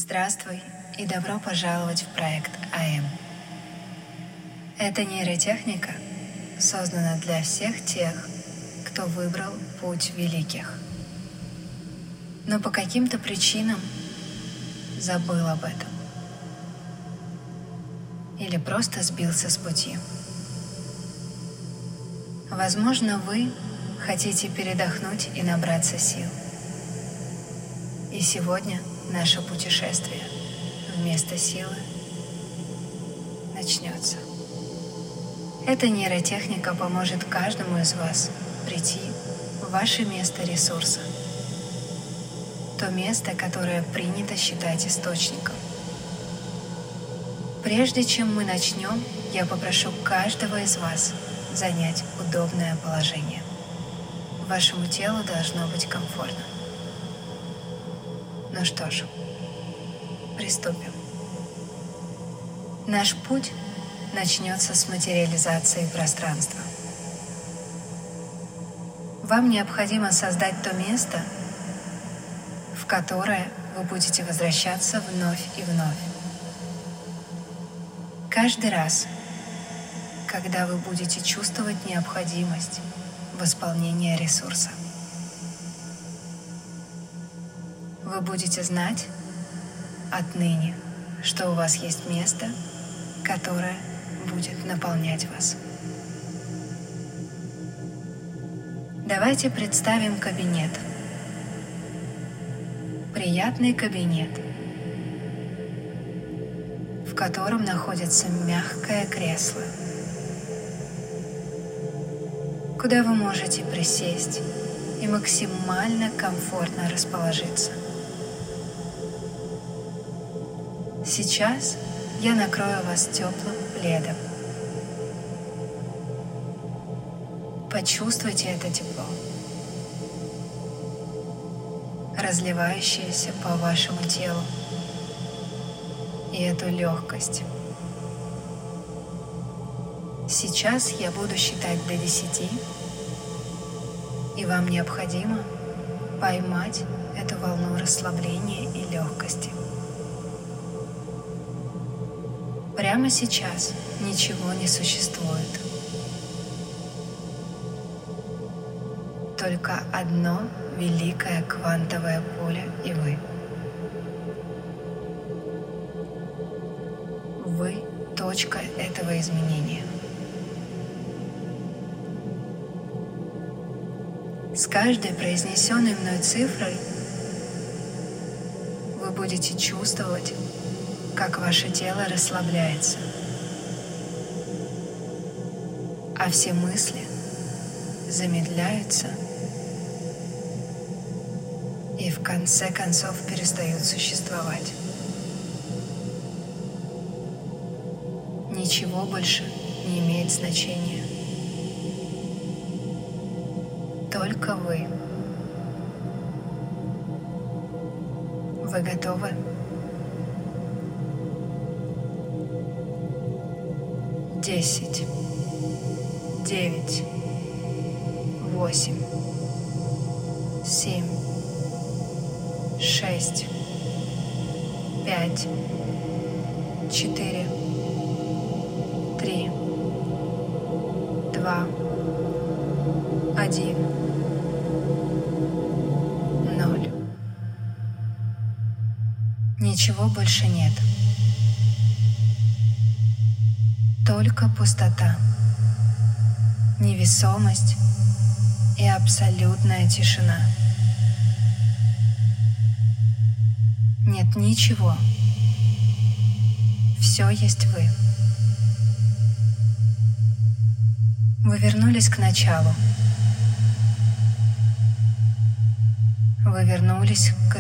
Здравствуй и добро пожаловать в проект АМ. Эта нейротехника создана для всех тех, кто выбрал путь великих, но по каким-то причинам забыл об этом или просто сбился с пути. Возможно, вы хотите передохнуть и набраться сил. И сегодня наше путешествие вместо силы начнется. Эта нейротехника поможет каждому из вас прийти в ваше место ресурса. То место, которое принято считать источником. Прежде чем мы начнем, я попрошу каждого из вас занять удобное положение. Вашему телу должно быть комфортно. Ну что ж, приступим. Наш путь начнется с материализации пространства. Вам необходимо создать то место, в которое вы будете возвращаться вновь и вновь. Каждый раз, когда вы будете чувствовать необходимость восполнения ресурса. Вы будете знать отныне, что у вас есть место, которое будет наполнять вас. Давайте представим кабинет. Приятный кабинет, в котором находится мягкое кресло, куда вы можете присесть и максимально комфортно расположиться. Сейчас я накрою вас теплым пледом. Почувствуйте это тепло, разливающееся по вашему телу, и эту легкость. Сейчас я буду считать до 10, и вам необходимо поймать эту волну расслабления и легкости. Прямо сейчас ничего не существует. Только одно великое квантовое поле и вы. Вы — точка этого изменения. С каждой произнесенной мной цифрой вы будете чувствовать, как ваше тело расслабляется, а все мысли замедляются и в конце концов перестают существовать. Ничего больше не имеет значения. Только вы. Вы готовы? Десять, 9, 8, 7, 6, 5, 4, 3, 2, 1, 0. Ничего больше нет. Только пустота, невесомость и абсолютная тишина. Нет ничего. Все есть вы. Вы вернулись к началу. Вы вернулись к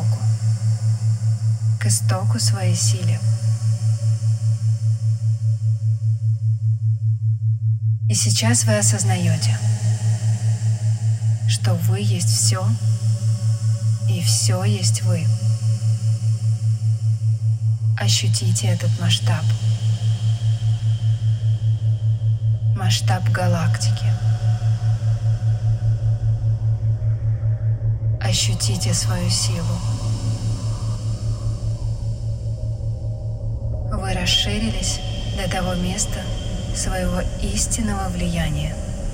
истоку своей силы. И сейчас вы осознаете, что вы есть все, и все есть вы. Ощутите этот масштаб. Масштаб галактики. Ощутите свою силу. расширились до того места своего истинного влияния.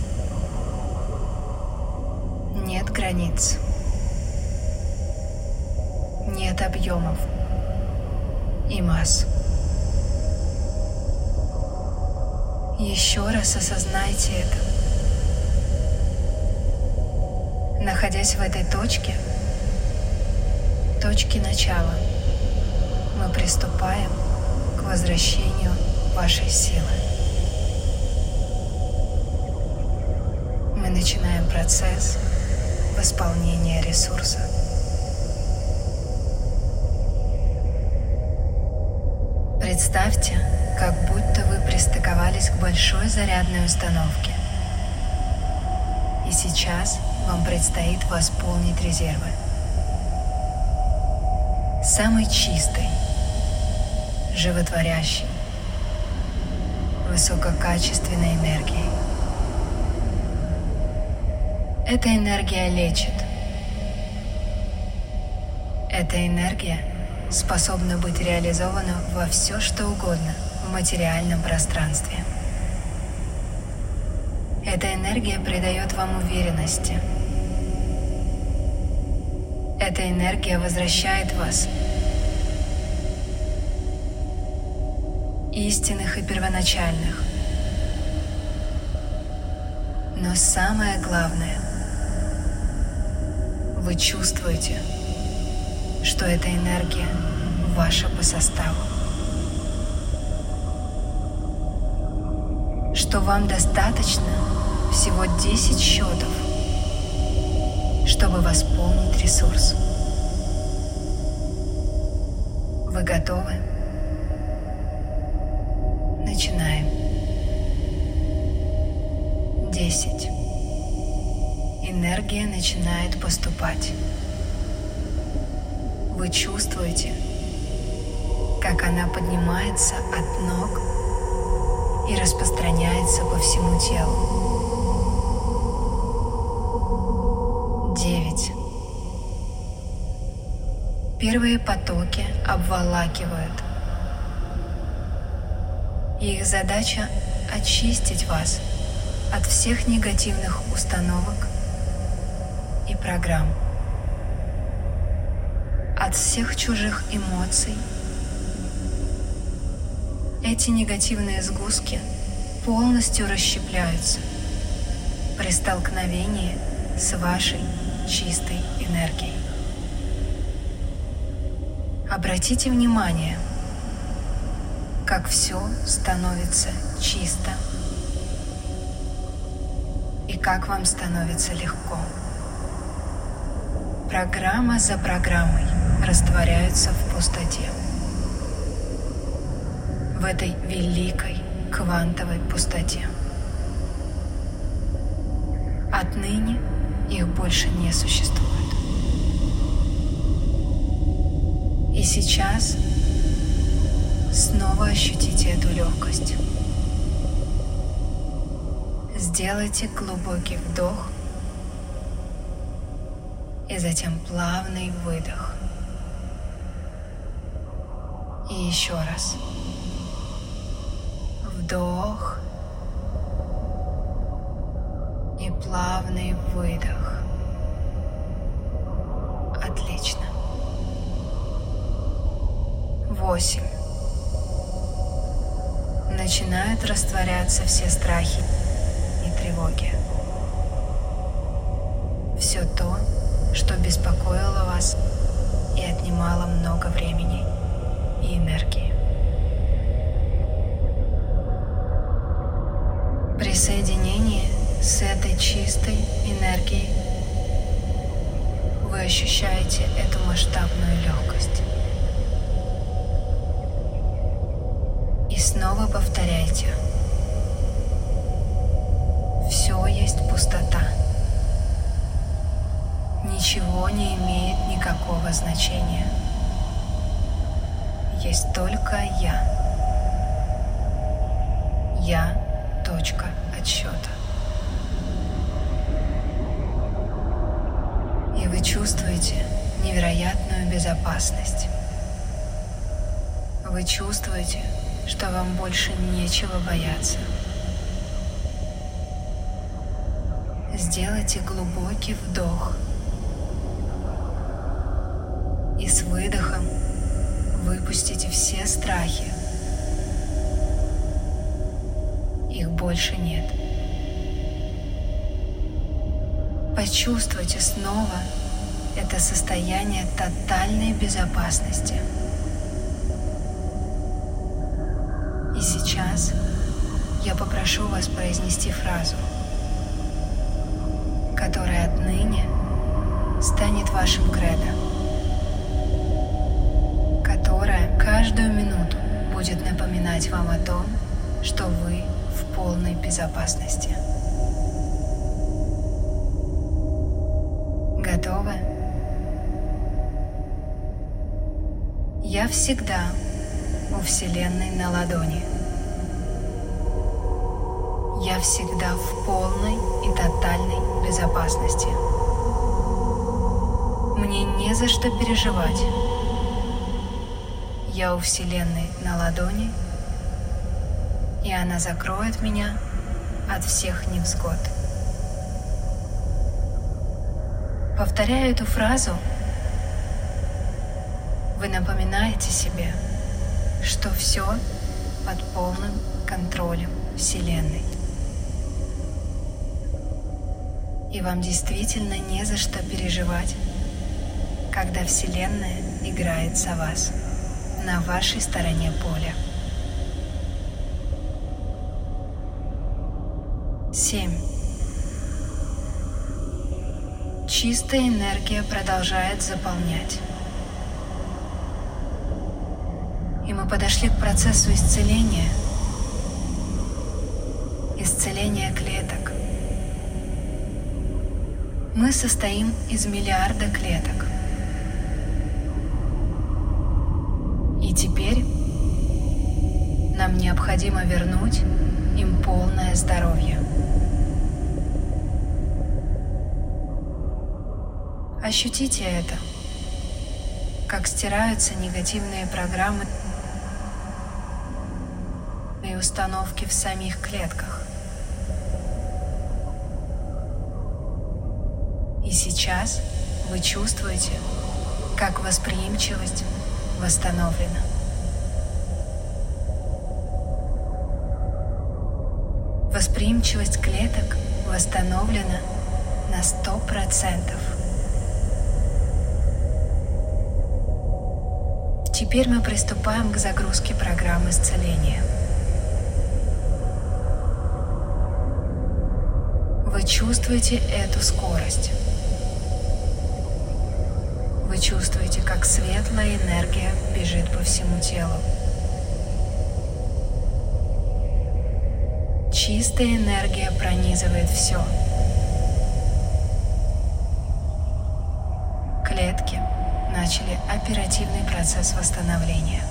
Нет границ, нет объемов и масс. Еще раз осознайте это. Находясь в этой точке начала, мы приступаем к возвращению вашей силы. Мы начинаем процесс восполнения ресурса. Представьте, как будто вы пристыковались к большой зарядной установке. И сейчас вам предстоит восполнить резервы самой чистой, животворящей, высококачественной энергией. Эта энергия лечит. Эта энергия способна быть реализована во все, что угодно в материальном пространстве. Эта энергия придает вам уверенности. Эта энергия возвращает вас истинных и первоначальных. Но самое главное, вы чувствуете, что эта энергия ваша по составу, что вам достаточно всего 10 счетов, чтобы восполнить ресурс. Вы готовы? Начинаем. 10. Энергия начинает поступать. Вы чувствуете, как она поднимается от ног и распространяется по всему телу. 9. Первые потоки обволакивают. И их задача — очистить вас от всех негативных установок и программ, от всех чужих эмоций. Эти негативные сгустки полностью расщепляются при столкновении с вашей чистой энергией. Обратите внимание, как все становится чисто и как вам становится легко. Программа за программой растворяются в пустоте. В этой великой квантовой пустоте. Отныне их больше не существует. И сейчас снова ощутите эту легкость. Сделайте глубокий вдох и затем плавный выдох. И еще раз. Вдох и плавный выдох. Отлично. 8. Начинают растворяться все страхи и тревоги. Все то, что беспокоило вас и отнимало много времени и энергии. При соединении с этой чистой энергией вы ощущаете эту масштабную легкость. И снова повторяйте. Все есть пустота. Ничего не имеет никакого значения. Есть только я. Я — точка отсчета. И вы чувствуете невероятную безопасность. Вы чувствуете, что вам больше нечего бояться. Сделайте глубокий вдох и с выдохом выпустите все страхи. Их больше нет. Почувствуйте снова это состояние тотальной безопасности. И сейчас я попрошу вас произнести фразу, которая отныне станет вашим кредо, которая каждую минуту будет напоминать вам о том, что вы в полной безопасности. Готовы? Я всегда у Вселенной на ладони. Я всегда в полной и тотальной безопасности. Мне не за что переживать. Я у Вселенной на ладони, и она закроет меня от всех невзгод. Повторяя эту фразу, вы напоминаете себе, что все под полным контролем Вселенной. И вам действительно не за что переживать, когда Вселенная играет за вас на вашей стороне поля. 7. Чистая энергия продолжает заполнять. И мы подошли к процессу исцеления. Исцеления клеток. Мы состоим из миллиарда клеток. И теперь нам необходимо вернуть им полное здоровье. Ощутите это, как стираются негативные программы и установки в самих клетках. И сейчас вы чувствуете, как восприимчивость восстановлена. Восприимчивость клеток восстановлена на 100%. Теперь мы приступаем к загрузке программ исцеления. Вы чувствуете эту скорость. Вы чувствуете, как светлая энергия бежит по всему телу. Чистая энергия пронизывает все. Клетки начали оперативный процесс восстановления.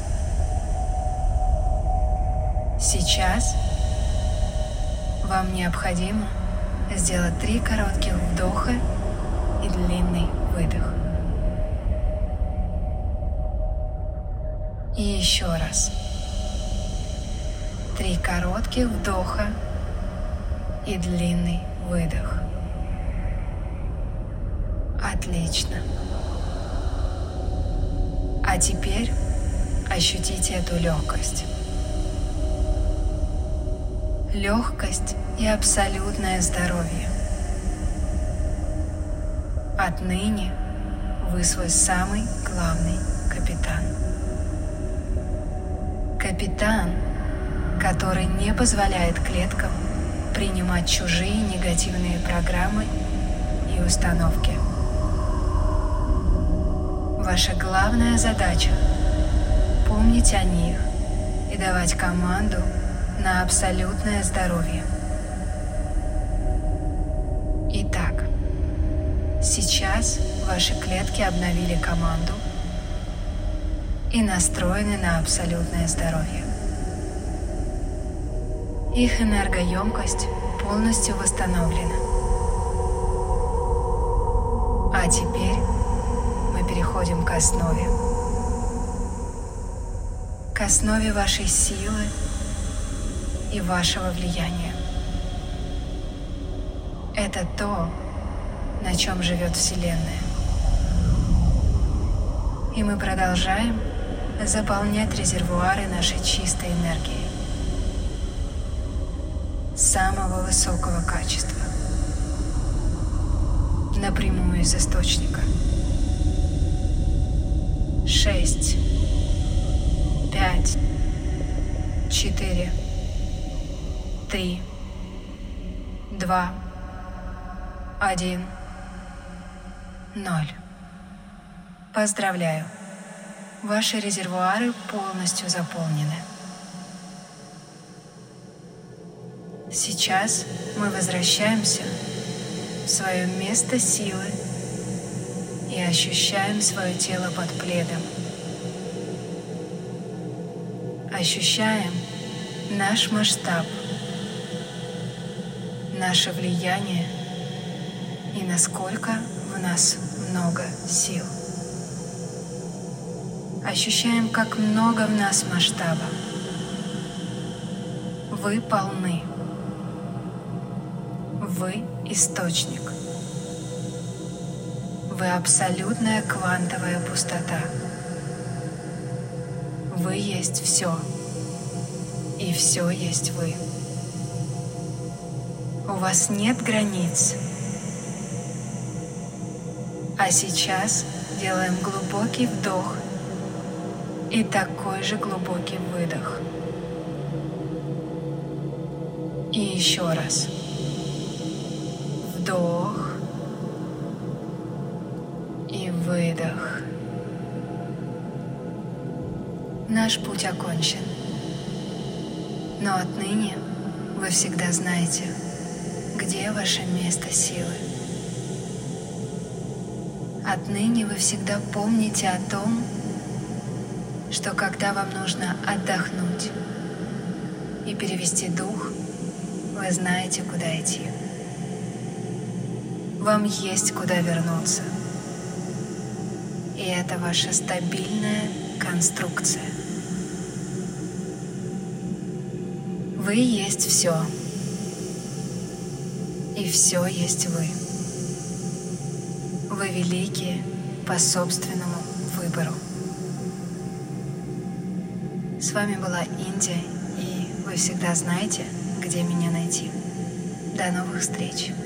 Сейчас вам необходимо сделать 3 коротких вдоха и длинный выдох. И еще раз. 3 коротких вдоха и длинный выдох. Отлично. А теперь ощутите эту легкость. Легкость и абсолютное здоровье. Отныне вы свой самый главный капитан. Капитан, который не позволяет клеткам принимать чужие негативные программы и установки. Ваша главная задача — помнить о них и давать команду на абсолютное здоровье. Итак, сейчас ваши клетки обновили команду и настроены на абсолютное здоровье. Их энергоемкость полностью восстановлена. А теперь мы переходим к основе. к основе вашей силы и вашего влияния. Это то, на чем живет Вселенная. И мы продолжаем заполнять резервуары нашей чистой энергии самого высокого качества, напрямую из источника. 6, 5, 4, 3, 2, 1, 0. Поздравляю! Ваши резервуары полностью заполнены. Сейчас мы возвращаемся в свое место силы и ощущаем свое тело под пледом. Ощущаем наш масштаб, наше влияние и насколько в нас много сил. Ощущаем, как много в нас масштаба. Вы полны. Вы источник. Вы абсолютная квантовая пустота. Вы есть все. И все есть вы. У вас нет границ. А сейчас делаем глубокий вдох и такой же глубокий выдох. И еще раз. Вдох и выдох. Наш путь окончен. Но отныне вы всегда знаете, где ваше место силы. Отныне вы всегда помните о том, что когда вам нужно отдохнуть и перевести дух, вы знаете, куда идти. Вам есть куда вернуться. И это ваша стабильная конструкция. Вы есть все. И все есть вы. Вы великие по собственному выбору. С вами была Индия, и вы всегда знаете, где меня найти. До новых встреч!